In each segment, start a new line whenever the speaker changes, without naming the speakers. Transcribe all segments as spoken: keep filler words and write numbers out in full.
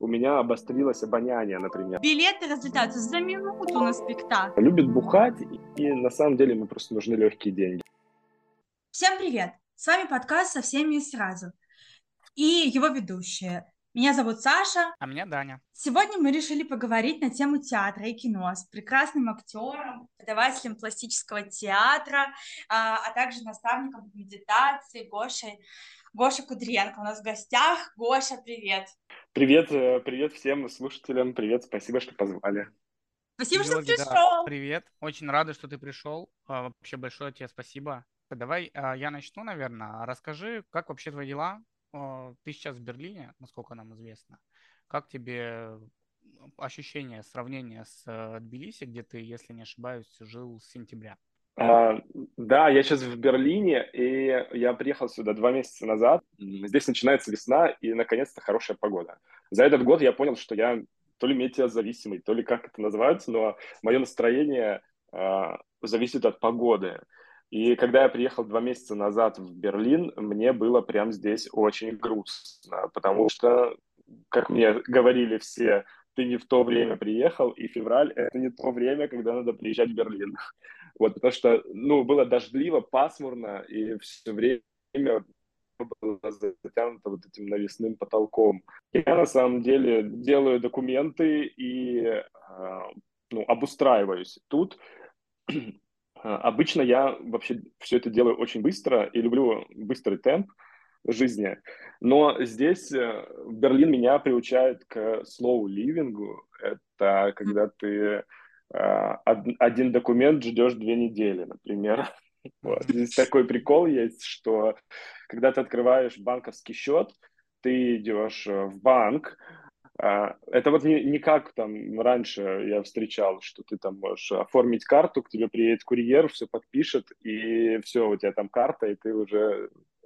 у меня обострилось обоняние, например.
Билеты разлетаются за минуту на спектакль.
Любит бухать, и на самом деле ему просто нужны легкие деньги.
Всем привет! С вами подкаст «Со всеми и сразу» и его ведущие. Меня зовут Саша.
А меня Даня.
Сегодня мы решили поговорить на тему театра и кино с прекрасным актером, преподавателем пластического театра, а, а также наставником медитации Гошей. Гоша Кудренко у нас в гостях. Гоша, привет!
Привет, привет всем слушателям, привет, спасибо, что позвали.
Спасибо, что
Георгий, да,
пришел!
привет, очень рада, что ты пришел. А, Вообще большое тебе спасибо. Давай а, я начну, наверное. Расскажи, как вообще твои дела? А, Ты сейчас в Берлине, насколько нам известно. Как тебе ощущение, сравнение с э, Тбилиси, где ты, если не ошибаюсь, жил с сентября?
А, да, я сейчас в Берлине, и я приехал сюда два месяца назад. М, Здесь начинается весна, и наконец-то хорошая погода. За этот год я понял, что я то ли метеозависимый, то ли как это называется, но мое настроение а, зависит от погоды. И когда я приехал два месяца назад в Берлин, мне было прям здесь очень грустно, потому что, как мне говорили все, ты не в то время приехал, и февраль — это не то время, когда надо приезжать в Берлин. Вот, потому что, ну, было дождливо, пасмурно, и все время было затянуто вот этим навесным потолком. Я на самом деле делаю документы и э, ну, обустраиваюсь тут. Обычно я вообще все это делаю очень быстро и люблю быстрый темп жизни. Но здесь, э, в Берлин, меня приучают к slow living. Это когда ты э, од- один документ ждешь две недели, например. Вот.
Мгм.
Здесь такой прикол есть, что когда ты открываешь банковский счет, ты идешь э, в банк. А, Это вот не, не как там раньше я встречал, что ты там можешь оформить карту, к тебе приедет курьер, все подпишет, и все, у тебя там карта, и ты уже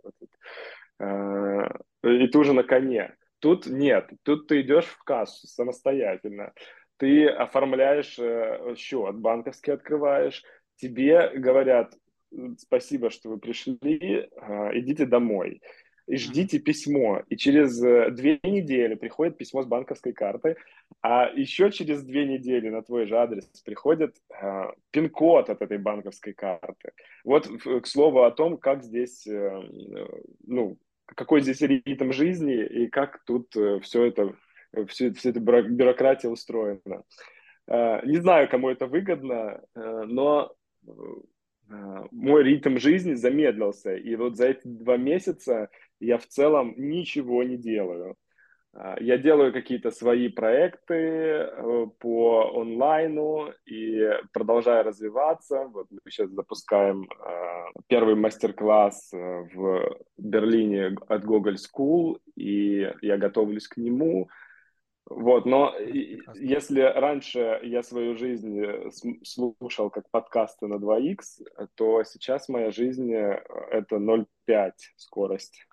э, и ты уже на коне. Тут нет, тут ты идешь в кассу самостоятельно. Ты оформляешь э, счет, банковский открываешь, тебе говорят: спасибо, что вы пришли, э, идите домой. И
Мгм.
ждите письмо. И через э, две недели приходит письмо с банковской картой, а еще через две недели на твой же адрес приходит э, пин-код от этой банковской карты. Вот, в- к слову о том, как здесь, э, ну, какой здесь ритм жизни и как тут все это, все, вся эта бюро- бюрократия устроена. Э, Не знаю, кому это выгодно, э, но э, мой ритм жизни замедлился. И вот за эти два месяца я в целом ничего не делаю. А, Я делаю какие-то свои проекты э, по онлайну и продолжаю развиваться. Вот мы сейчас запускаем э, первый мастер-класс э, в Берлине от Google School, и я готовлюсь к нему. Вот, но
Это
и-
прекрасно.
если раньше я свою жизнь э, см- слушал как подкасты на два икс, то сейчас моя жизнь э, это ноль целых пять скорость.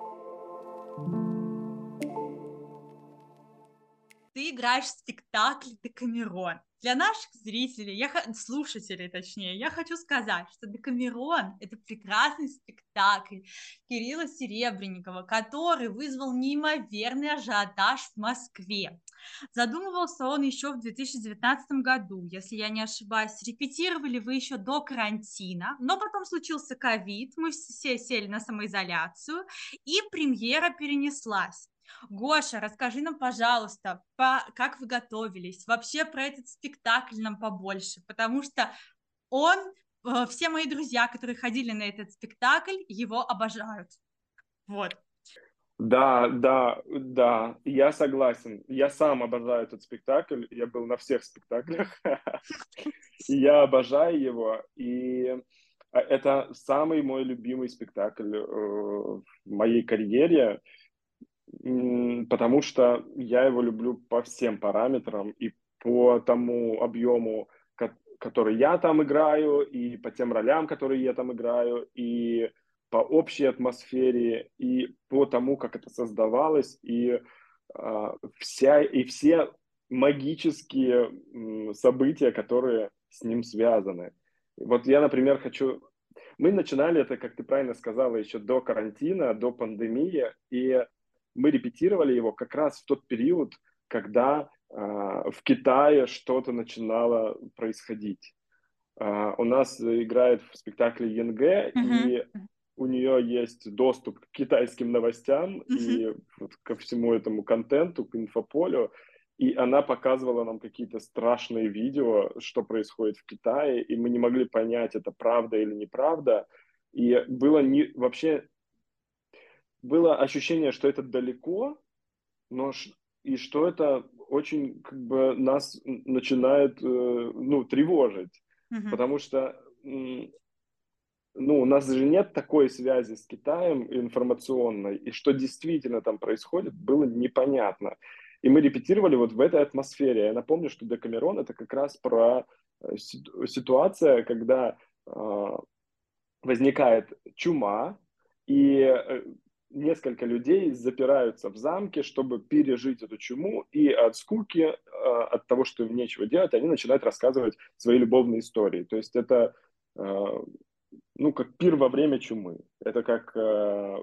Ты играешь в спектакль «Декамерон». Для наших зрителей, я, х- слушателей точнее, я хочу сказать, что «Декамерон» — это прекрасный спектакль Кирилла Серебренникова, который вызвал неимоверный ажиотаж в Москве. Задумывался он еще в две тысячи девятнадцатом году, если я не ошибаюсь. Репетировали вы еще до карантина, но потом случился ковид, мы все сели на самоизоляцию, и премьера перенеслась. Гоша, расскажи нам, пожалуйста, по, как вы готовились, вообще про этот спектакль нам побольше, потому что он, э, все мои друзья, которые ходили на этот спектакль, его обожают. Вот.
Да, да, да, я согласен. Я сам обожаю этот спектакль. Я был на всех спектаклях. И я обожаю его. И а, это самый мой любимый спектакль э, в моей карьере, м, потому что я его люблю по всем параметрам и по тому объему, ко- который я там играю, и по тем ролям, которые я там играю, и по общей атмосфере, и по тому, как это создавалось, и а, вся и все магические м, события, которые с ним связаны. Вот я, например, хочу... Мы начинали это, как ты правильно сказала, еще до карантина, до пандемии, и мы репетировали его как раз в тот период, когда в Китае что-то начинало происходить. У нас играет в спектакле Янгэ,
Мгм.
и у нее есть доступ к китайским новостям и
Мгм.
вот ко всему этому контенту, к инфополю. И она показывала нам какие-то страшные видео, что происходит в Китае, и мы не могли понять, это правда или неправда. И было не, вообще было ощущение, что это далеко, но ш- и что это очень как бы нас н- начинает э, ну, тревожить,
Мгм.
потому что м, ну, у нас же нет такой связи с Китаем информационной, и что действительно там происходит, было непонятно. И мы репетировали вот в этой атмосфере. Я напомню, что Декамерон — это как раз про э, ситу- ситуация, когда э, возникает чума, и э, несколько людей запираются в замке, чтобы пережить эту чуму, и от скуки, э, от того, что им нечего делать, они начинают рассказывать свои любовные истории. То есть это э, ну, как пир во время чумы. Это как э,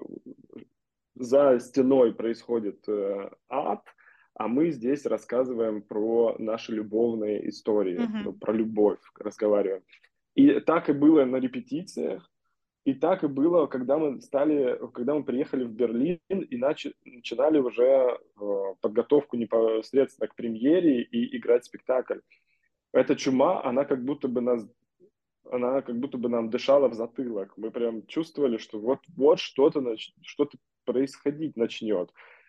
за стеной происходит э, ад, а мы здесь рассказываем про наши любовные истории, ну,
Мгм.
про любовь разговариваем. И так и было на репетициях, и так и было, когда мы стали, когда мы приехали в Берлин и начали, начинали уже э, подготовку непосредственно к премьере и играть спектакль. Эта чума, она как будто бы нас она как будто бы нам дышала в затылок. Мы прям чувствовали, что вот, вот что-то, нач... что-то происходить начнет.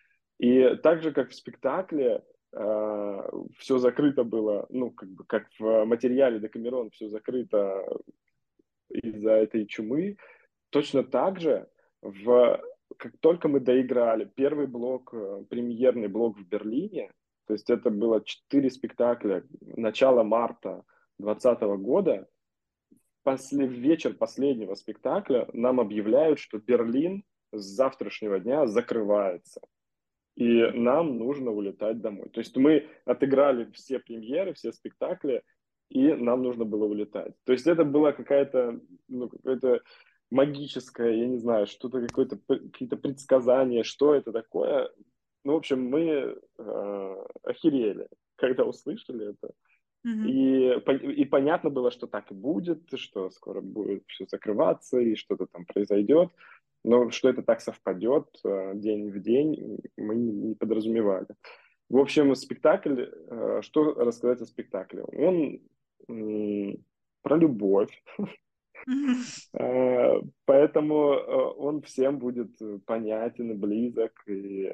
И так же, как в спектакле, э, все закрыто было, ну, как бы, как в материале Декамерон, все закрыто из-за этой чумы, точно так же, в... как только мы доиграли первый блок, э, премьерный блок в Берлине, то есть это было четыре спектакля, начало марта двадцатого года, после, в вечер последнего спектакля нам объявляют, что Берлин с завтрашнего дня закрывается. И нам нужно улетать домой. То есть мы отыграли все премьеры, все спектакли, и нам нужно было улетать. То есть это была какая-то, ну, какое-то магическое, я не знаю, что-то, какое-то, какие-то предсказания, что это такое. Ну, в общем, мы э, охерели, когда услышали это.
Мгм.
И, и понятно было, что так и будет, что скоро будет все закрываться и что-то там произойдет. Но что это так совпадет э, день в день, мы не подразумевали. В общем, спектакль, э, что рассказать о спектакле? Он м, про любовь,
Мгм.
э, поэтому э, он всем будет понятен и близок, и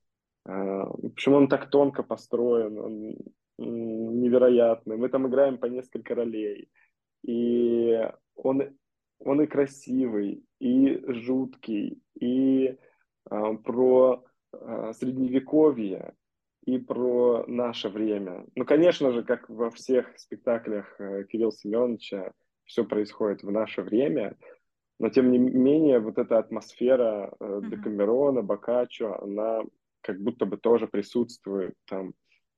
а, В общем, он так тонко построен, он м, невероятный. Мы там играем по несколько ролей. И он, он и красивый, и жуткий, и а, про а, средневековье, и про наше время. Ну, конечно же, как во всех спектаклях э, Кирилла Семеновича, все происходит в наше время, но тем не менее, вот эта атмосфера э,
Мгм.
Декамерона, Боккаччо, она как будто бы тоже присутствует там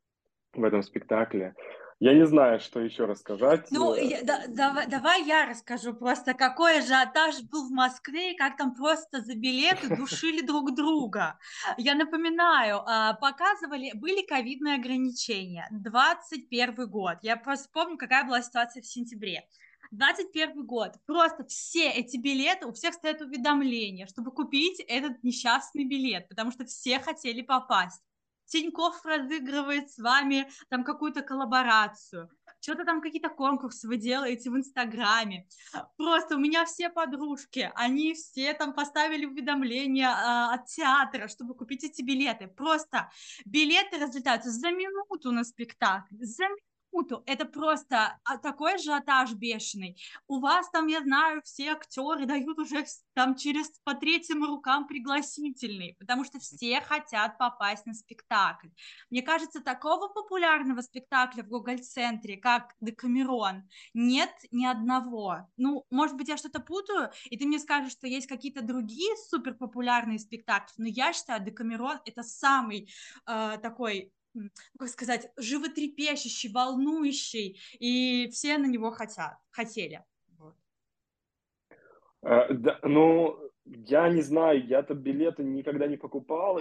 в этом спектакле. Я не знаю, что еще рассказать.
Ну,
Э,
я- да- давай, давай я расскажу просто, какой ажиотаж был в Москве, и как там просто за билеты душили друг друга. Я напоминаю, а, показывали, были ковидные ограничения, двадцать первый год. Я просто помню, какая была ситуация в сентябре. двадцать первый год. Просто все эти билеты, у всех стоят уведомления, чтобы купить этот несчастный билет, потому что все хотели попасть. Тинькофф разыгрывает с вами там какую-то коллаборацию, что-то там какие-то конкурсы вы делаете в Инстаграме. Просто у меня все подружки, они все там поставили уведомления э, от театра, чтобы купить эти билеты. Просто билеты разлетаются за минуту на спектакль, за минуту. Это просто а, такой ажиотаж бешеный. У вас там, я знаю, все актеры дают уже там через по третьим рукам пригласительный, потому что все хотят попасть на спектакль. Мне кажется, такого популярного спектакля в Гоголь-центре, как Декамерон, нет ни одного. Ну, может быть, я что-то путаю, и ты мне скажешь, что есть какие-то другие суперпопулярные спектакли, но я считаю, Декамерон — это самый э, такой, как сказать, животрепещущий, волнующий, и все на него хотят, хотели. Вот.
э, да, ну, Я не знаю, я-то билеты никогда не покупал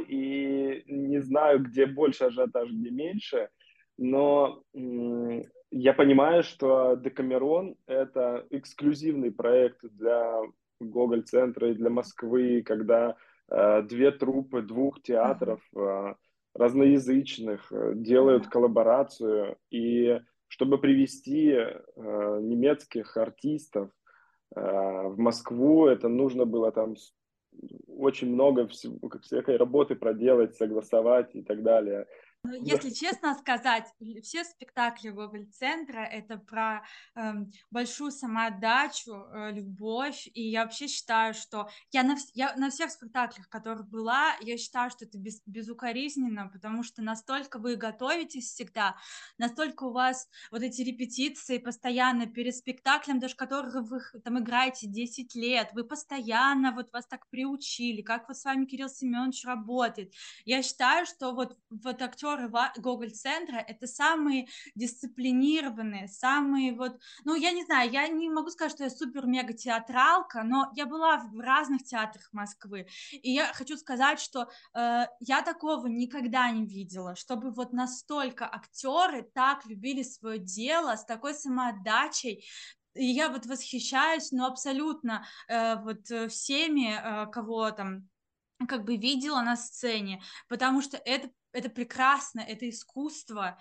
и не знаю, где больше ажиотаж, где меньше, но м, я понимаю, что Декамерон — это эксклюзивный проект для Гоголь-центра и для Москвы, когда э, две труппы двух
Ага,
театров э, разноязычных э, делают
ага.
коллаборацию, и чтобы привести э, немецких артистов э, в Москву, это нужно было там с- очень много всего, как всякой работы проделать, согласовать и так далее.
Ну,
Да.
если честно сказать, л- все спектакли Гоголь-центра — это про эм, большую самоотдачу, э, любовь, и я вообще считаю, что я на, вс- я на всех спектаклях, в которых была, я считаю, что это без, безукоризненно, потому что настолько вы готовитесь всегда, настолько у вас вот эти репетиции постоянно перед спектаклем, даже которых вы х- там играете десять лет, вы постоянно, вот вас так приучили, как вот с вами Кирилл Семенович работает. Я считаю, что вот, вот актеры Гоголь-центра — это самые дисциплинированные, самые вот, ну, я не знаю, я не могу сказать, что я супер-мега-театралка, но я была в разных театрах Москвы, и я хочу сказать, что э, я такого никогда не видела, чтобы вот настолько актеры так любили свое дело, с такой самоотдачей, и я вот восхищаюсь, ну, абсолютно э, вот э, всеми, э, кого там как бы видела на сцене, потому что это это прекрасно, это искусство,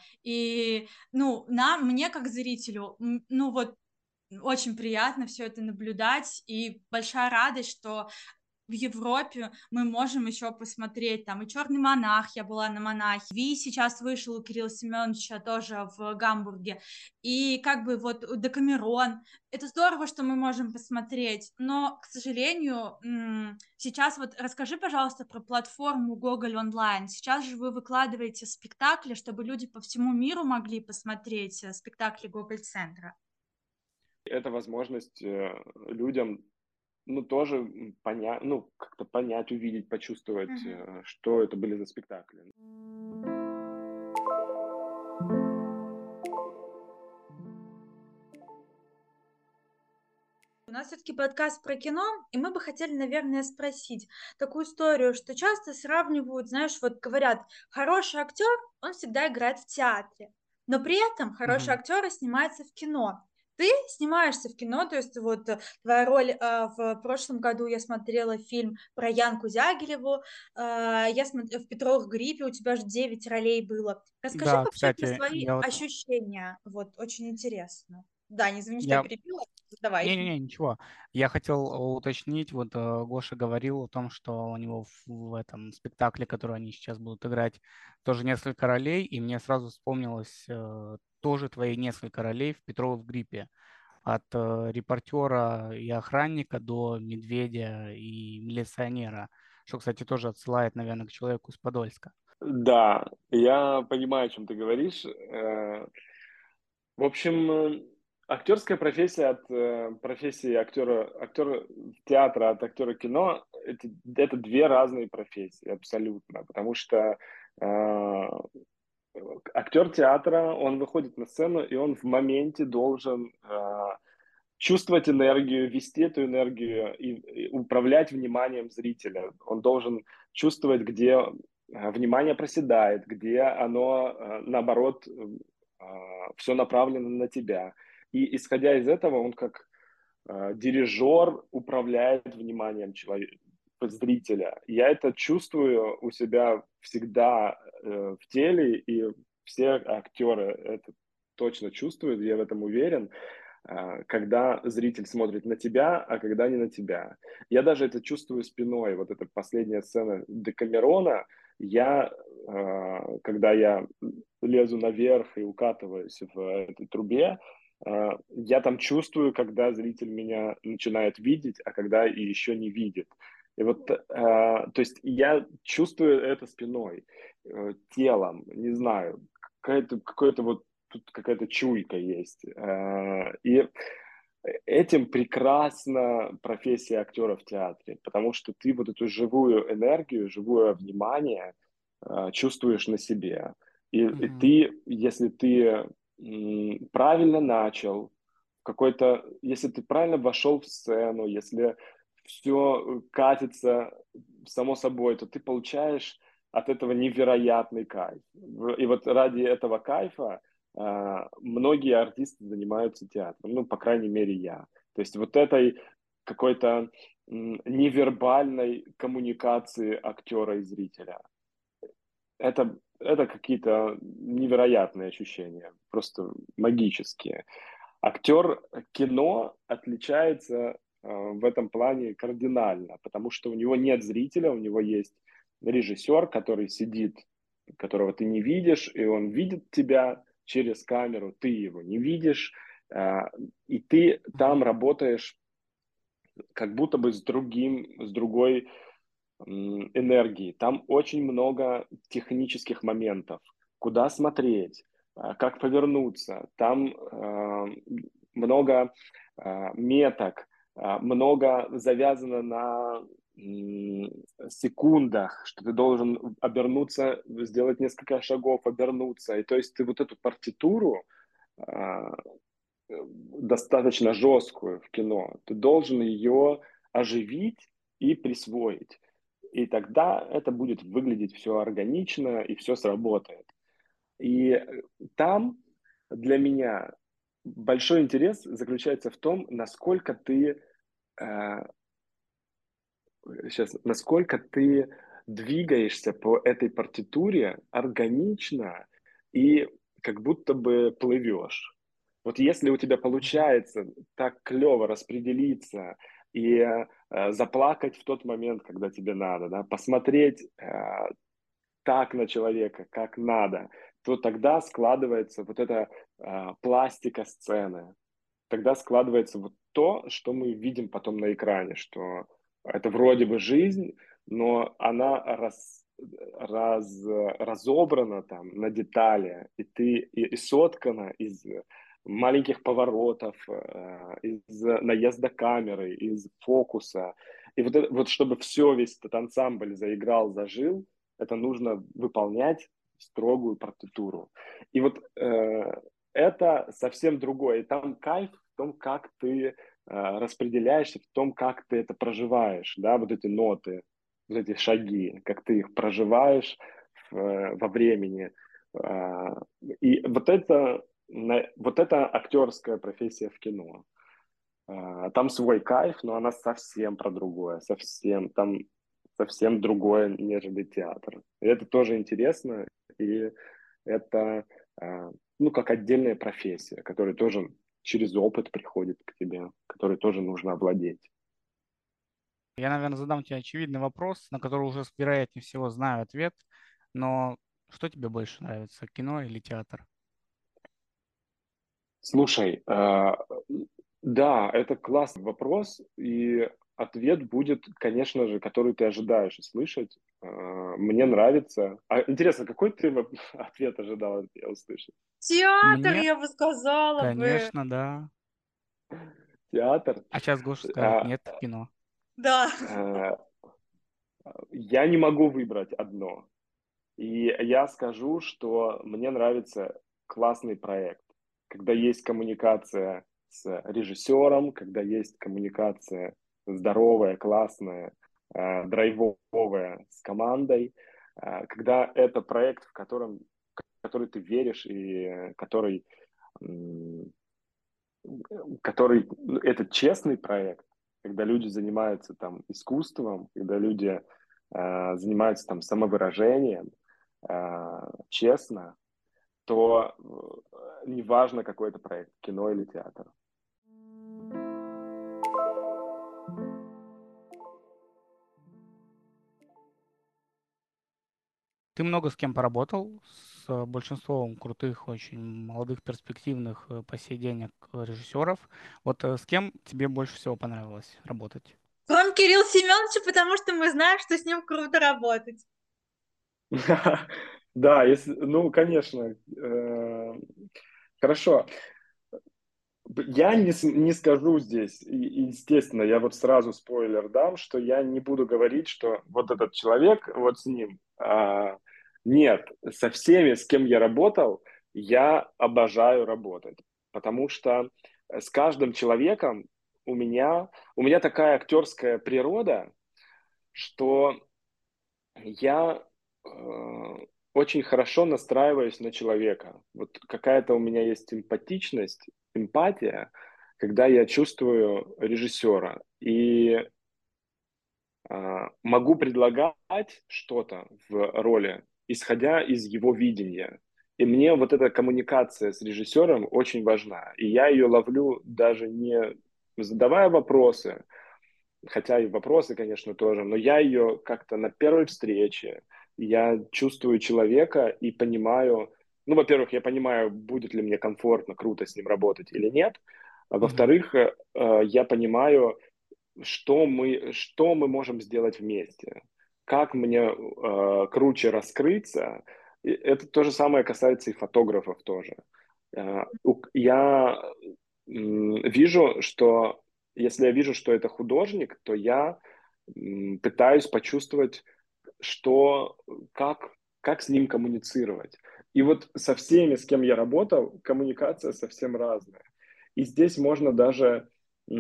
и, ну, нам, мне как зрителю, м, ну, вот, очень приятно все это наблюдать, и большая радость, что в Европе мы можем еще посмотреть там и Черный монах, я была на монахе, Ви сейчас вышел у Кирилла Семеновича тоже в Гамбурге, и как бы вот Декамерон. Это здорово, что мы можем посмотреть, но, к сожалению, сейчас вот расскажи, пожалуйста, про платформу Гоголь онлайн. Сейчас же вы выкладываете спектакли, чтобы люди по всему миру могли посмотреть э, спектакли Гоголь-центра.
Это возможность э, людям, ну, тоже понять, ну, как-то понять, увидеть, почувствовать,
Мгм.
э, что это были за спектакли.
У нас все-таки подкаст про кино, и мы бы хотели, наверное, спросить такую историю, что часто сравнивают, знаешь, вот говорят, хороший актер, он всегда играет в театре, но при этом хороший
Мгм.
актер и снимается в кино. Ты снимаешься в кино, то есть вот э, твоя роль, э, в прошлом году я смотрела фильм про Янку Зягелеву, э, я смотр- в Петровых гриппе у тебя же девять ролей было. Расскажи
Да,
вообще про
кстати,
свои
я вот
ощущения, вот очень интересно. Да, не извини, что я
я
перебила, давай.
Не-не-не, ничего. Я хотел уточнить, вот э, Гоша говорил о том, что у него в, в этом спектакле, который они сейчас будут играть, тоже несколько ролей, и мне сразу вспомнилось э, тоже твои несколько ролей в «Петрова в гриппе». От э, репортера и охранника до медведя и милиционера, что, кстати, тоже отсылает, наверное, к человеку из Подольска.
Да, я понимаю, о чем ты говоришь. Э, В общем, э, актерская профессия от э, профессии актера, актера театра от актера кино — это, это две разные профессии абсолютно, потому что э, актер театра, он выходит на сцену, и он в моменте должен э, чувствовать энергию, вести эту энергию и, и управлять вниманием зрителя. Он должен чувствовать, где э, внимание проседает, где оно, э, наоборот, все направлено на тебя. И исходя из этого, он как э, дирижер управляет вниманием человека, зрителя. Я это чувствую у себя всегда э, в теле, и все актеры это точно чувствуют, я в этом уверен, э, когда зритель смотрит на тебя, а когда не на тебя. Я даже это чувствую спиной. Вот эта последняя сцена Декамерона, я, э, когда я лезу наверх и укатываюсь в этой трубе, э, я там чувствую, когда зритель меня начинает видеть, а когда и еще не видит. И вот, э, то есть я чувствую это спиной, э, телом, не знаю, какая-то, какое-то вот тут какая-то чуйка есть. Э, и этим прекрасна профессия актера в театре, потому что ты вот эту живую энергию, живое внимание э, чувствуешь на себе. И, и
Мгм.
ты, если ты м, правильно начал, какой-то, если ты правильно вошел в сцену, если все катится само собой, то ты получаешь от этого невероятный кайф. И вот ради этого кайфа а, многие артисты занимаются театром, ну, по крайней мере, я. То есть вот этой какой-то м, невербальной коммуникации актера и зрителя. Это, это какие-то невероятные ощущения, просто магические. Актер кино отличается э, в этом плане кардинально, потому что у него нет зрителя, у него есть режиссер, который сидит, которого ты не видишь, и он видит тебя через камеру, ты его не видишь, э, и ты там работаешь как будто бы с другим, с другой м, энергией. Там очень много технических моментов. Куда смотреть, а, как повернуться. Там э, много э, меток, а, много завязано на м, секундах, что ты должен обернуться, сделать несколько шагов, обернуться. И то есть ты вот эту партитуру а, достаточно жесткую в кино, ты должен ее оживить и присвоить. И тогда это будет выглядеть все органично и все сработает. И там для меня большой интерес заключается в том, насколько ты э, сейчас, насколько ты двигаешься по этой партитуре органично и как будто бы плывешь. Вот если у тебя получается так клево распределиться и э, заплакать в тот момент, когда тебе надо, да, посмотреть э, так на человека, как надо, то тогда складывается вот эта э, пластика сцены. Тогда складывается вот то, что мы видим потом на экране, что это вроде бы жизнь, но она раз, раз, разобрана там на детали, и ты и, и соткана из маленьких поворотов, э, из наезда камеры, из фокуса. И вот, это, вот чтобы все, весь этот ансамбль заиграл, зажил, это нужно выполнять строгую партитуру. И вот э, это совсем другое. И там кайф в том, как ты э, распределяешься, в том, как ты это проживаешь, да, вот эти ноты, вот эти шаги, как ты их проживаешь в, во времени. Э, и вот это, вот это актерская профессия в кино. Э, там свой кайф, но она совсем про другое, совсем, там совсем другое, нежели театр. И это тоже интересно, и это э, ну, как отдельная профессия, которая тоже через опыт приходит к тебе, которой тоже нужно овладеть.
Я, наверное, задам тебе очевидный вопрос, на который уже, вероятнее всего, знаю ответ, но что тебе больше нравится, кино или театр?
Слушай, э, да, это классный вопрос, и ответ будет, конечно же, который ты ожидаешь услышать. Э, мне нравится. А интересно, какой ты воп- ответ ожидал от меня услышать?
Театр,
Мне,
я бы сказала бы.
конечно, да.
Театр?
А сейчас Гоша скажет,
А,
нет, кино.
Да.
э, я не могу выбрать одно. И я скажу, что мне нравится классный проект, когда есть коммуникация с режиссером, когда есть коммуникация здоровая, классная, э, драйвовая с командой, э, когда это проект, в котором, в который ты веришь и э, который, м, который, ну, это честный проект, когда люди занимаются там искусством, когда люди э, занимаются там самовыражением, э, честно, то э, неважно, какой это проект, кино или театр.
Ты много с кем поработал, с э, большинством крутых, очень молодых, перспективных э, по сей день ак- режиссеров. Вот э, с кем тебе больше всего понравилось работать?
Кроме Кирилла Семеновича, потому что мы знаем, что с ним круто работать.
Да, если, ну, конечно. э, Хорошо. Я не, с- не скажу здесь, и- и, естественно, я вот сразу спойлер дам, что я не буду говорить, что вот этот человек, вот с ним. А, нет, со всеми, с кем я работал, я обожаю работать, потому что с каждым человеком у меня, у меня такая актерская природа, что я э, очень хорошо настраиваюсь на человека. Вот какая-то у меня есть эмпатичность, эмпатия, когда я чувствую режиссера и э, могу предлагать что-то в роли, исходя из его видения. И мне вот эта коммуникация с режиссером очень важна. И я ее ловлю даже не задавая вопросы, хотя и вопросы, конечно, тоже, но я ее как-то на первой встрече, я чувствую человека и понимаю, ну, во-первых, я понимаю, будет ли мне комфортно, круто с ним работать или нет, а
Мгм.
во-вторых, э, э, я понимаю, что мы, что мы можем сделать вместе, как мне э, круче раскрыться. И это то же самое касается и фотографов тоже. Э, у- я м, вижу, что если я вижу, что это художник, то я м, пытаюсь почувствовать, что, как, как с ним коммуницировать. И вот со всеми, с кем я работал, коммуникация совсем разная. И здесь можно даже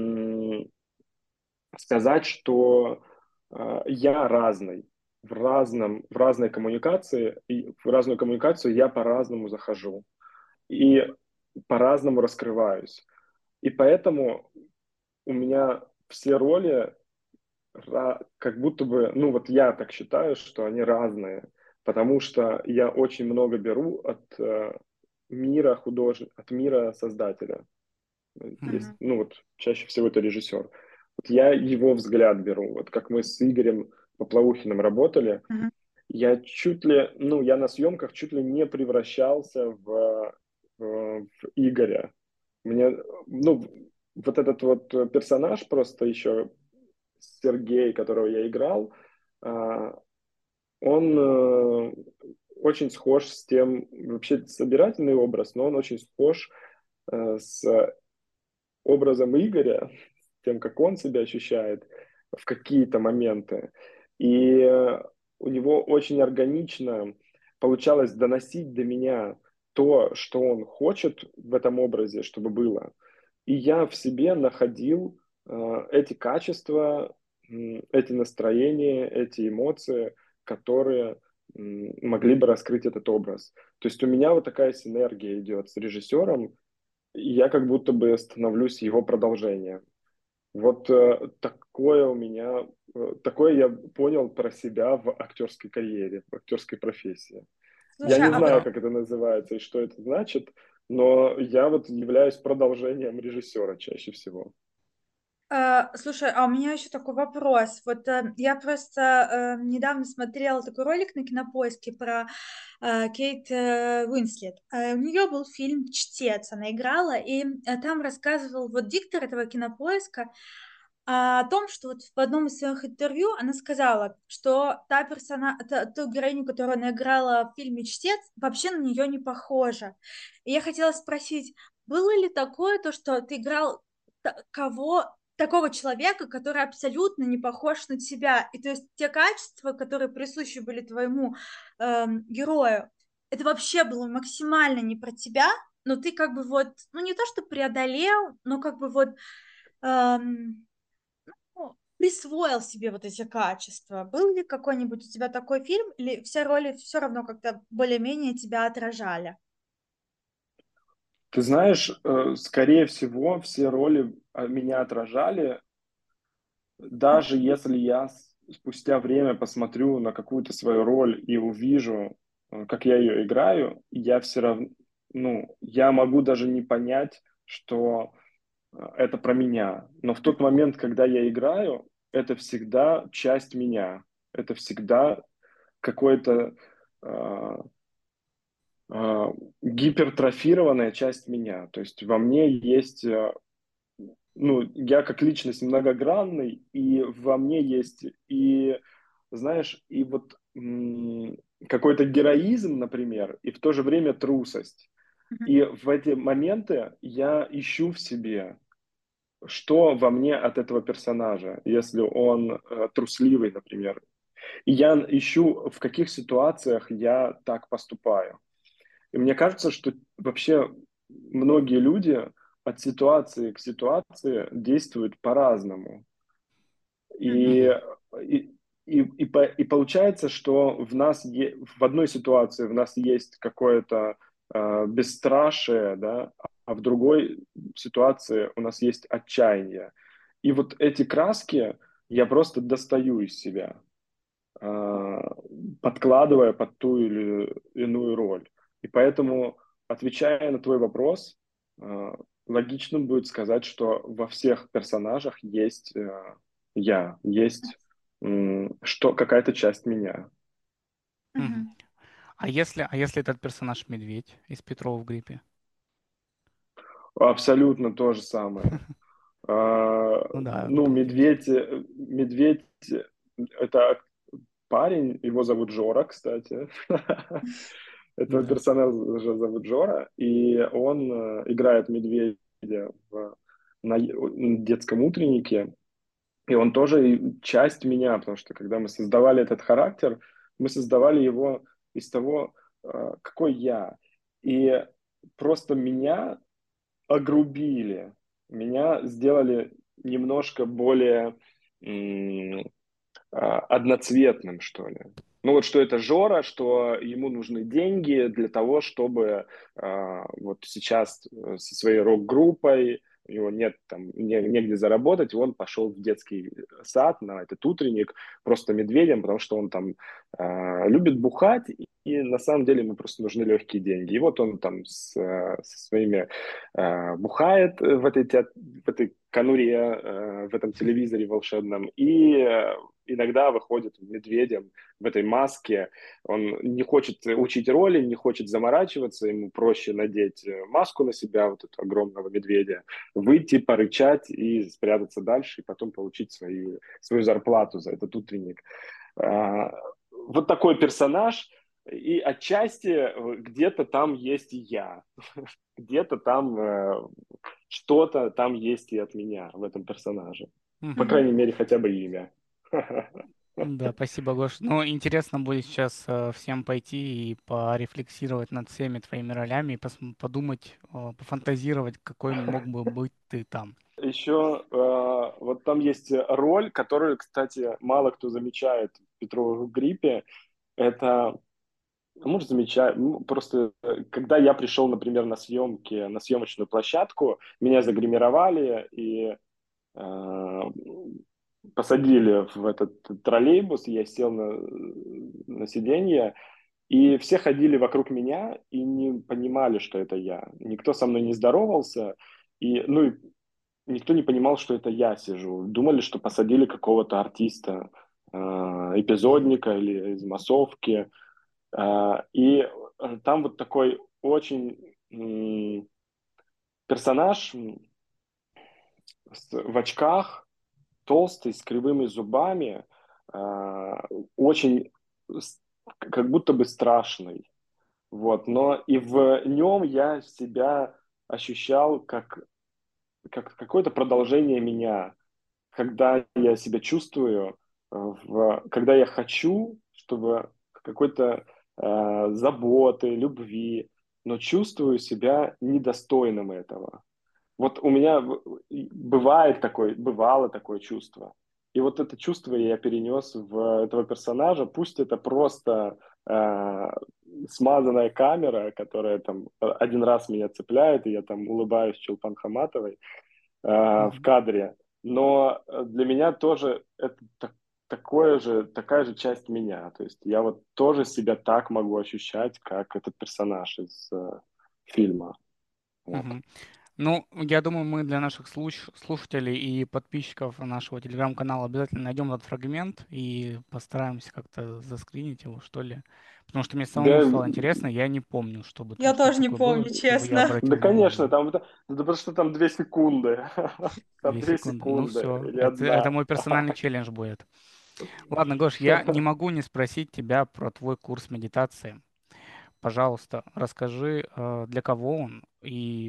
м, сказать, что э, я разный. В, разном, в разной коммуникации, и в разную коммуникацию я по-разному захожу. И по-разному раскрываюсь. И поэтому у меня все роли ра- как будто бы, ну вот я так считаю, что они разные, потому что я очень много беру от э, мира художника, от мира создателя. Есть,
Мгм.
ну вот чаще всего это режиссер. Вот я его взгляд беру. Вот как мы с Игорем Поплавухиным работали,
Мгм.
я чуть ли, ну я на съемках чуть ли не превращался в, в, в Игоря. Мне, ну, вот этот вот персонаж просто еще Сергей, которого я играл, а, он э, очень схож с тем, вообще собирательный образ, но он очень схож э, с образом Игоря, с тем, как он себя ощущает в какие-то моменты. И э, у него очень органично получалось доносить до меня то, что он хочет в этом образе, чтобы было. И я в себе находил э, эти качества, м, эти настроения, эти эмоции, которые м, могли бы раскрыть этот образ. То есть у меня вот такая синергия идет с режиссером, и я как будто бы становлюсь его продолжением. Вот э, такое у меня, э, такое я понял про себя в актерской карьере, в актерской профессии. Я
Слушай,
не
а вот
знаю, как это называется и что это значит, но я вот являюсь продолжением режиссера чаще всего.
Э, слушай, а у меня еще такой вопрос. Вот э, я просто э, недавно смотрела такой ролик на Кинопоиске про э, Кейт э, Уинслет. Э, у нее был фильм «Чтец», она играла, и э, там рассказывал вот диктор этого Кинопоиска а, о том, что вот в одном из своих интервью она сказала, что та персона, та- ту героиню, которую она играла в фильме «Чтец», вообще на нее не похожа. И я хотела спросить, было ли такое, то, что ты играл та- кого такого человека, который абсолютно не похож на тебя. И то есть те качества, которые присущи были твоему эм, герою, это вообще было максимально не про тебя, но ты как бы вот, ну не то что преодолел, но как бы вот эм, ну, присвоил себе вот эти качества. Был ли какой-нибудь у тебя такой фильм, или все роли все равно как-то более-менее тебя отражали?
Ты знаешь, э, скорее всего, все роли а, меня отражали, даже если я с- спустя время посмотрю на какую-то свою роль и увижу, э, как я ее играю, я все равно, ну, я могу даже не понять, что э, это про меня. Но в тот момент, когда я играю, это всегда часть меня. Это всегда какой-то э, э, гипертрофированная часть меня. То есть во мне есть э, ну, я как личность многогранный, и во мне есть и, знаешь, и вот м, какой-то героизм, например, и в то же время трусость.
Мгм.
И в эти моменты я ищу в себе, что во мне от этого персонажа, если он э, трусливый, например. И я ищу, в каких ситуациях я так поступаю. И мне кажется, что вообще многие люди от ситуации к ситуации действует по-разному. И,
Мгм.
Мгм.
и, и, и, по- и получается, что в нас е- в одной ситуации в нас есть какое-то э, бесстрашие, да, а в другой ситуации у нас есть отчаяние. И вот эти краски я просто достаю из себя, э, подкладывая под ту или иную роль. И поэтому, отвечая на твой вопрос, э, логичным будет сказать, что во всех персонажах есть э, я, есть м, что, какая-то часть меня.
Мгм.
Мгм.
А если, а если этот персонаж медведь из Петрова в гриппе?
Абсолютно то же самое. А,
Ну да,
ну,
получается.
медведь, э, медведь, э, это парень, его зовут Жора, кстати. Этого
Да.
персонажа зовут Жора, и он э, играет медведя в, на е- детском утреннике, и он тоже и часть меня, потому что когда мы создавали этот характер, мы создавали его из того, э, какой я. И просто меня огрубили, меня сделали немножко более м, а, одноцветным, что ли. Ну вот что это Жора, что ему нужны деньги для того, чтобы а, вот сейчас э, со своей рок-группой, у него нет там не- негде заработать, и он пошел в детский сад на этот утренник просто медведем, потому что он там а, любит бухать, и, и на самом деле ему просто нужны легкие деньги. И вот он там с, э, со своими а, бухает в этой, теат- в этой конуре, э, в этом телевизоре волшебном, и э, иногда выходит медведем в этой маске. Он не хочет учить роли, не хочет заморачиваться, ему проще надеть маску на себя, вот этого огромного медведя, выйти, порычать и спрятаться дальше, и потом получить свои, свою зарплату за этот утренник. А, Вот такой персонаж, и отчасти э, где-то там есть и я, где-то там э, что-то там есть и от меня в этом персонаже. По
Мгм.
Мгм.
крайней мере, хотя бы имя.
Да, спасибо, Гош. Ну, интересно будет сейчас э, всем пойти и порефлексировать над всеми твоими ролями и пос- подумать, э, пофантазировать, какой мог бы быть ты там.
Еще э, вот там есть роль, которую, кстати, мало кто замечает в Петровых гриппе. Это, ну, может, замечать, ну, просто э, когда я пришел, например, на съемки, на съемочную площадку, меня загримировали и э, посадили в этот троллейбус, я сел на, на сиденье, и все ходили вокруг меня и не понимали, что это я. Никто со мной не здоровался, и, ну, и никто не понимал, что это я сижу. Думали, что посадили какого-то артиста, э,
Мгм.
эпизодника или из массовки. Э, и э, там вот такой очень м, персонаж м, с- в очках, толстый, с кривыми зубами, э, очень с- как будто бы страшный. Вот. Но и в нем я себя ощущал как, как какое-то продолжение меня, когда я себя чувствую, э, в, когда я хочу, чтобы какой-то э, заботы, любви, но чувствую себя недостойным этого. Вот у меня в- бывает такое, бывало такое чувство. И вот это чувство я перенес в этого персонажа. Пусть это просто э, смазанная камера, которая там один раз меня цепляет, и я там улыбаюсь Чулпан Хаматовой, э, в
Мгм.
кадре. Но э, для меня тоже это так- такое же, такая же часть меня. То есть я вот тоже себя так могу ощущать, как этот персонаж из э, фильма. Вот.
Мгм. Ну, я думаю, мы для наших слуш- слушателей и подписчиков нашего телеграм-канала обязательно найдем этот фрагмент и постараемся как-то заскринить его, что ли. Потому что мне самому
Да,
стало интересно, я не помню, чтобы там
Я
что-то
тоже не
такое было,
помню,
чтобы я
честно.
да,
обратил
конечно,
внимание.
там, это- да потому что там две секунды. Там
Две
две
секунды. Ну
секунды
все,
или
это, это
одна.
мой персональный челлендж будет. Ладно, Гош, я не могу не спросить тебя про твой курс медитации. Пожалуйста, расскажи, э, для кого он и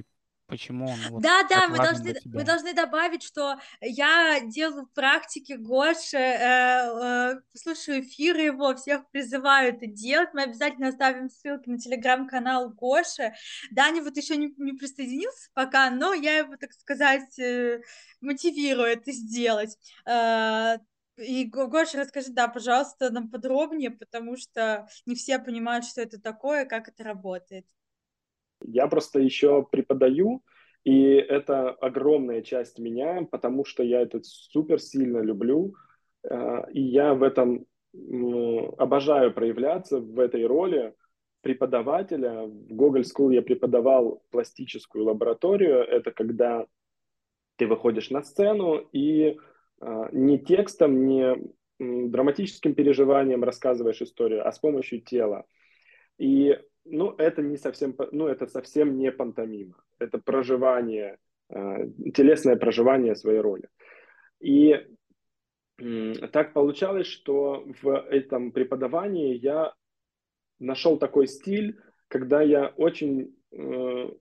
Почему он вот
Да, да,
так
мы
важен
должны,
для
мы
тебя?
должны добавить, что я делаю практики Гоши, э, э, слушаю эфиры его, всех призываю это делать. Мы обязательно оставим ссылки на телеграм-канал Гоши. Даня вот еще не, не присоединился пока, но я его, так сказать, э, мотивирую это сделать. Э, И, Го- Гоша, расскажи, да, пожалуйста, нам подробнее, потому что не все понимают, что это такое, как это работает.
Я просто еще преподаю, и это огромная часть меня, потому что я это супер сильно люблю, э, и я в этом м, обожаю проявляться в этой роли преподавателя. В Google School я преподавал пластическую лабораторию. Это когда ты выходишь на сцену и э, не текстом, не м, драматическим переживанием рассказываешь историю, а с помощью тела. И, ну, это не совсем, по- ну, это совсем не пантомима. Это проживание, э, телесное проживание своей роли. И м, так получалось, что в этом преподавании я нашел такой стиль, когда я очень э,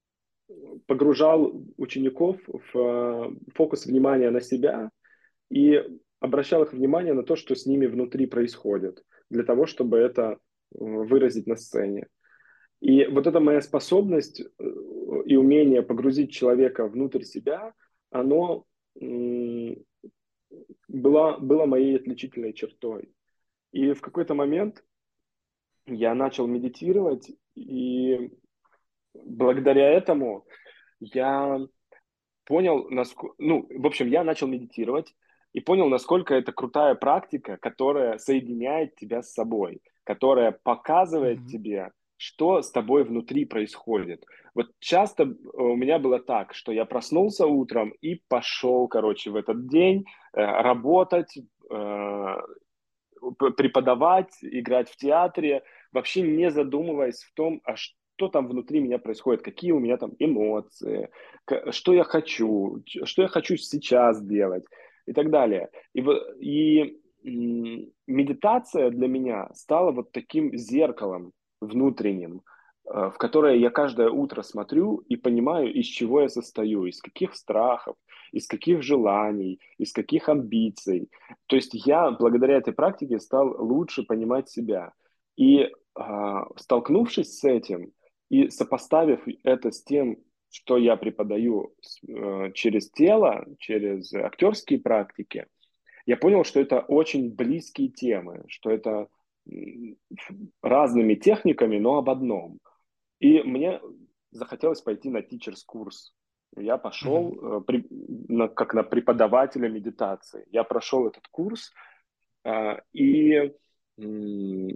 погружал учеников в э, фокус внимания на себя и обращал их внимание на то, что с ними внутри происходит, для того, чтобы это э, выразить на сцене. И вот эта моя способность э, и умение погрузить человека внутрь себя, оно м, было, было моей отличительной чертой. И в какой-то момент я начал медитировать, и благодаря этому я понял, насколько, ну, в общем, я начал медитировать и понял, насколько это крутая практика, которая соединяет тебя с собой, которая показывает
Мгм.
тебе, что с тобой внутри происходит. Вот часто у меня было так, что я проснулся утром и пошел, короче, в этот день э, работать, э, преподавать, играть в театре, вообще не задумываясь в том, а что там внутри меня происходит, какие у меня там эмоции, что я хочу, что я хочу сейчас делать и так далее. И, и медитация для меня стала вот таким зеркалом внутренним, в которое я каждое утро смотрю и понимаю, из чего я состою, из каких страхов, из каких желаний, из каких амбиций. То есть я благодаря этой практике стал лучше понимать себя. И а, столкнувшись с этим и сопоставив это с тем, что я преподаю э, через тело, через актерские практики, я понял, что это очень близкие темы, что это м, разными техниками, но об одном. И мне захотелось пойти на teachers курс. Я
Мгм.
пошел э, при- на- как на преподавателя медитации. Я прошел этот курс, а, и, м,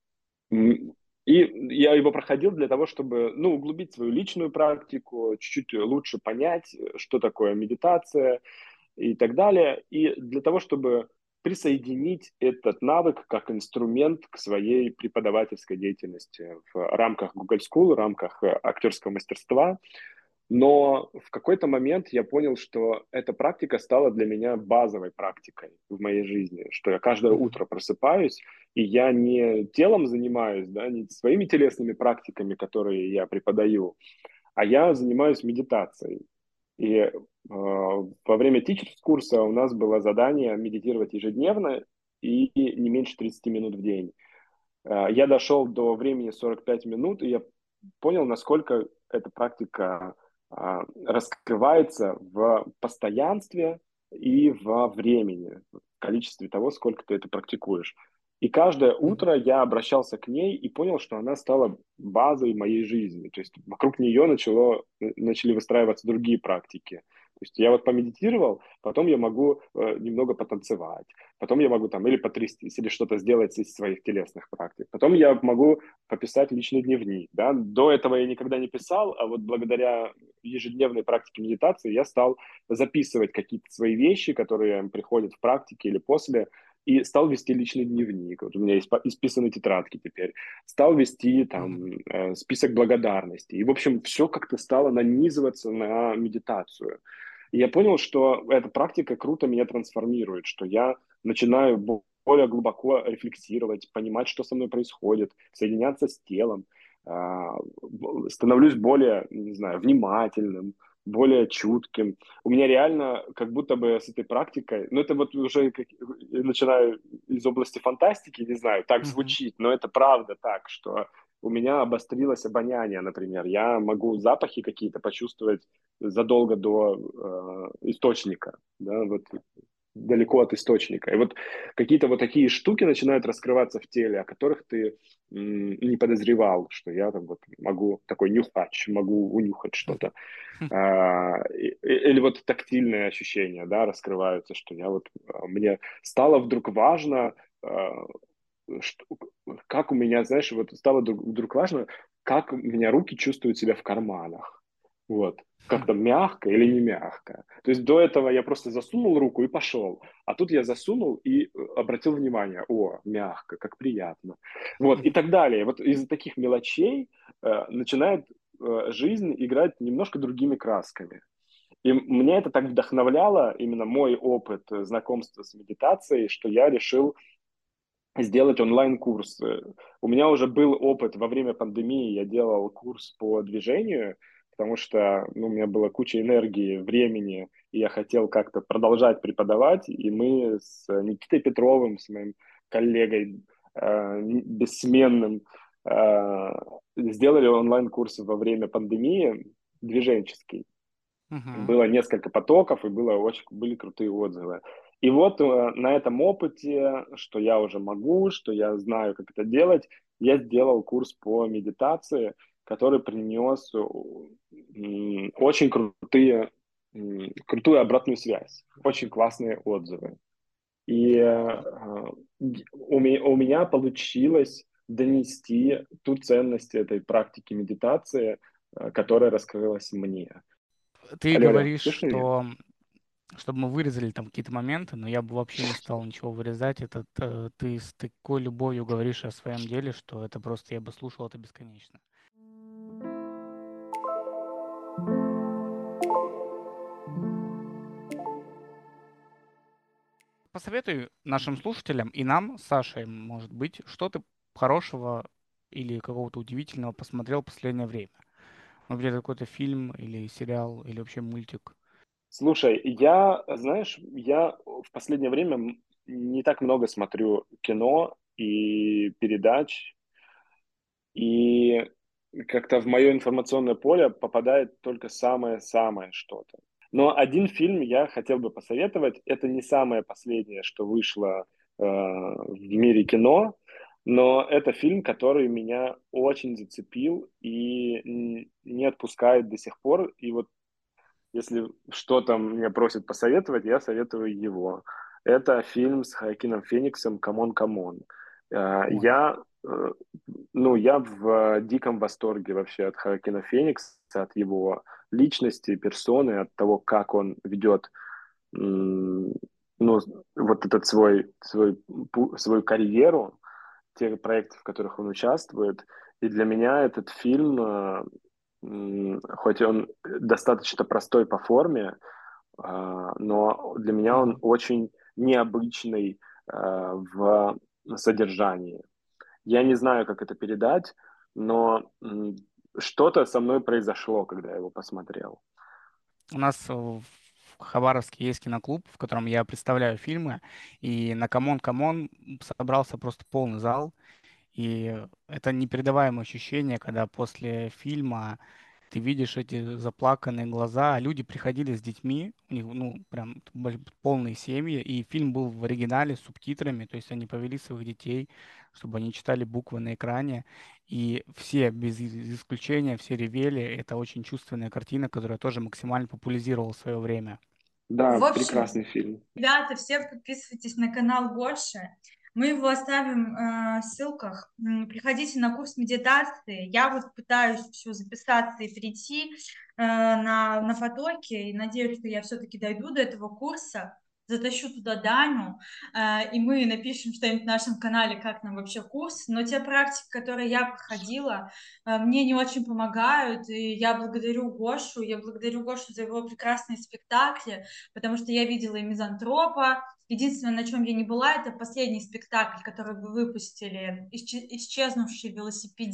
м, и я его проходил для того, чтобы, ну, углубить свою личную практику, чуть-чуть лучше понять, что такое медитация и так далее. И для того, чтобы присоединить этот навык как инструмент к своей преподавательской деятельности в рамках Google School, в рамках э, актерского мастерства. Но в какой-то момент я понял, что эта практика стала для меня базовой практикой в моей жизни, что я каждое
Мгм.
утро просыпаюсь, и я не телом занимаюсь, да, не своими телесными практиками, которые я преподаю, а я занимаюсь медитацией. И э, во время teachers курса у нас было задание медитировать ежедневно и не меньше тридцати минут в день. Э, я дошел до времени сорок пять минут, и я понял, насколько эта практика а, раскрывается в постоянстве и во времени, в количестве того, сколько ты это практикуешь. И каждое
Мгм.
утро я обращался к ней и понял, что она стала базой моей жизни. То есть вокруг нее начало, начали выстраиваться другие практики. То есть я вот помедитировал, потом я могу э, немного потанцевать, потом я могу там или потрястись, или что-то сделать из своих телесных практик. Потом я могу пописать личный дневник. Да? До этого я никогда не писал, а вот благодаря ежедневной практике медитации я стал записывать какие-то свои вещи, которые приходят в практике или после, и стал вести личный дневник. Вот у меня есть исписаны тетрадки теперь. Стал вести там
Мгм.
э, список благодарностей. И, в общем, все как-то стало нанизываться на медитацию. И я понял, что эта практика круто меня трансформирует, что я начинаю более глубоко рефлексировать, понимать, что со мной происходит, соединяться с телом. а, б- становлюсь более, не знаю, внимательным, более чутким. У меня реально как будто бы с этой практикой, ну это вот уже как- я начинаю из области фантастики, не знаю, так
Мгм.
звучит, но это правда так, что у меня обострилось обоняние, например. Я могу запахи какие-то почувствовать задолго до э, источника, да, вот далеко от источника. И вот какие-то вот такие штуки начинают раскрываться в теле, о которых ты м, не подозревал, что я там вот могу, такой нюхач, могу унюхать что-то. А, и- и- или вот тактильные ощущения, да, раскрываются, что я вот, а, мне стало вдруг важно, а, что, как у меня, знаешь, вот стало вдруг, вдруг важно, как у меня руки чувствуют себя в карманах. Вот. Как-то мягко или не мягко. То есть до этого я просто засунул руку и пошел. А тут я засунул и э, обратил внимание. О, мягко, как приятно. Вот, и так далее. Вот из таких мелочей э, начинает э, жизнь играть немножко другими красками. И меня это так вдохновляло, именно мой опыт э, знакомства с медитацией, что я решил сделать онлайн-курс. У меня уже был опыт во время пандемии, я делал курс по движению, потому что ну, у меня была куча энергии, времени, и я хотел как-то продолжать преподавать, и мы с Никитой Петровым, с моим коллегой э, бессменным, э, сделали онлайн-курс во время пандемии движенческий.
Мгм.
Было несколько потоков, и было очень, были крутые отзывы. И вот э, на этом опыте, что я уже могу, что я знаю, как это делать, я сделал курс по медитации, который принес м, очень крутые, м, крутую обратную связь, очень классные отзывы. И э, у меня, у меня получилось донести ту ценность этой практики медитации, э, которая раскрылась мне.
Ты
Алло, алло,
говоришь,
слышно меня?
что чтобы мы вырезали там какие-то моменты, но я бы вообще не стал ничего вырезать. Это т- ты с такой любовью говоришь о своем деле, что это просто я бы слушал это бесконечно. Посоветуй нашим слушателям и нам, с Сашей, может быть, что ты хорошего или какого-то удивительного посмотрел в последнее время. Может быть, это какой-то фильм или сериал или вообще мультик.
Слушай, я, знаешь, я в последнее время м- не так много смотрю кино и передач, и как-то в мое информационное поле попадает только самое-самое что-то. Но один фильм я хотел бы посоветовать. Это не самое последнее, что вышло э, в мире кино, но это фильм, который меня очень зацепил и н- не отпускает до сих пор. И вот если что-то мне просят посоветовать, я советую его. Это фильм с Хоакином Фениксом «Камон, камон». Э,
Ой.
Я, э, ну, я в диком восторге вообще от Хоакина Феникса, от его личности, персоны, от того, как он ведет, м, ну, вот этот свой, свой, пу- свою карьеру, те проекты, в которых он участвует. И для меня этот фильм, э, м, хоть он достаточно простой по форме, а, но для меня он
Мгм.
очень необычный а, в содержании. Я не знаю, как это передать, но м, что-то со мной произошло, когда я его посмотрел.
У нас э, в Хабаровске есть киноклуб, в котором я представляю фильмы, и на «Камон, камон» собрался просто полный зал, и это непередаваемое ощущение, когда после фильма ты видишь эти заплаканные глаза. Люди приходили с детьми, у них, ну, прям были полные семьи, и фильм был в оригинале с субтитрами, то есть они повели своих детей, чтобы они читали буквы на экране, и все, без и- исключения, все ревели. Это очень чувственная картина, которая тоже максимально популяризировала в свое время.
Да,
В общем,
прекрасный фильм.
ребята, все подписывайтесь на канал больше. Мы его оставим э, в ссылках. М, Приходите на курс медитации. Я вот пытаюсь все записаться и прийти э, на, на потоке. И надеюсь, что я все-таки дойду до этого курса. Затащу туда Даню, э, и мы напишем что-нибудь в нашем канале, как нам вообще курс. Но те практики, которые я проходила, э, мне не очень помогают. И я благодарю Гошу, я благодарю Гошу за его прекрасные спектакли, потому что я видела и «Мизантропа». Единственное, на чем я не была, это последний спектакль, который вы выпустили, «Исчезнувший велосипедист».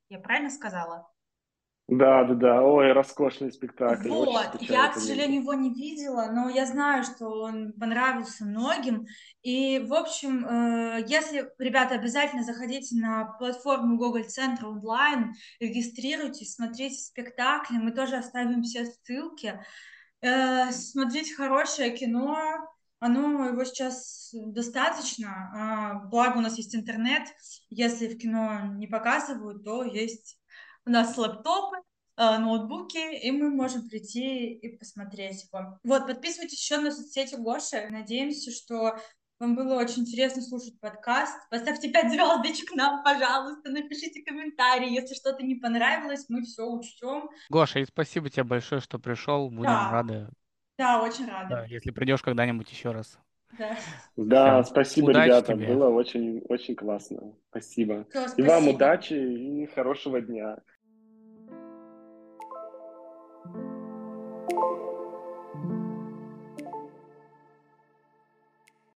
Я правильно сказала?
Да, да, да. Ой, роскошный спектакль. Очень
Вот,
скучаю
я, к
по нему.
сожалению, его не видела, но я знаю, что он понравился многим. И, в общем, э, если, ребята, обязательно заходите на платформу Google Центр онлайн, регистрируйтесь, смотрите спектакли, мы тоже оставим все ссылки. Э, Смотрите хорошее кино, оно, его сейчас достаточно, а, благо у нас есть интернет, если в кино не показывают, то есть у нас лэптопы, э, ноутбуки, и мы можем прийти и посмотреть его. Вот, подписывайтесь еще на соцсети Гоши. Надеемся, что вам было очень интересно слушать подкаст. Поставьте пять звездочек нам, пожалуйста, напишите комментарий. Если что-то не понравилось, мы все учтем.
Гоша, и спасибо тебе большое, что пришел. Будем
Да,
рады,
да, очень
да,
рада.
если придешь когда-нибудь еще раз.
Да.
Да,
Все.
спасибо,
Удачи
ребята.
тебе.
Было очень, очень классно. Спасибо.
Все,
И вам
спасибо.
удачи и хорошего дня.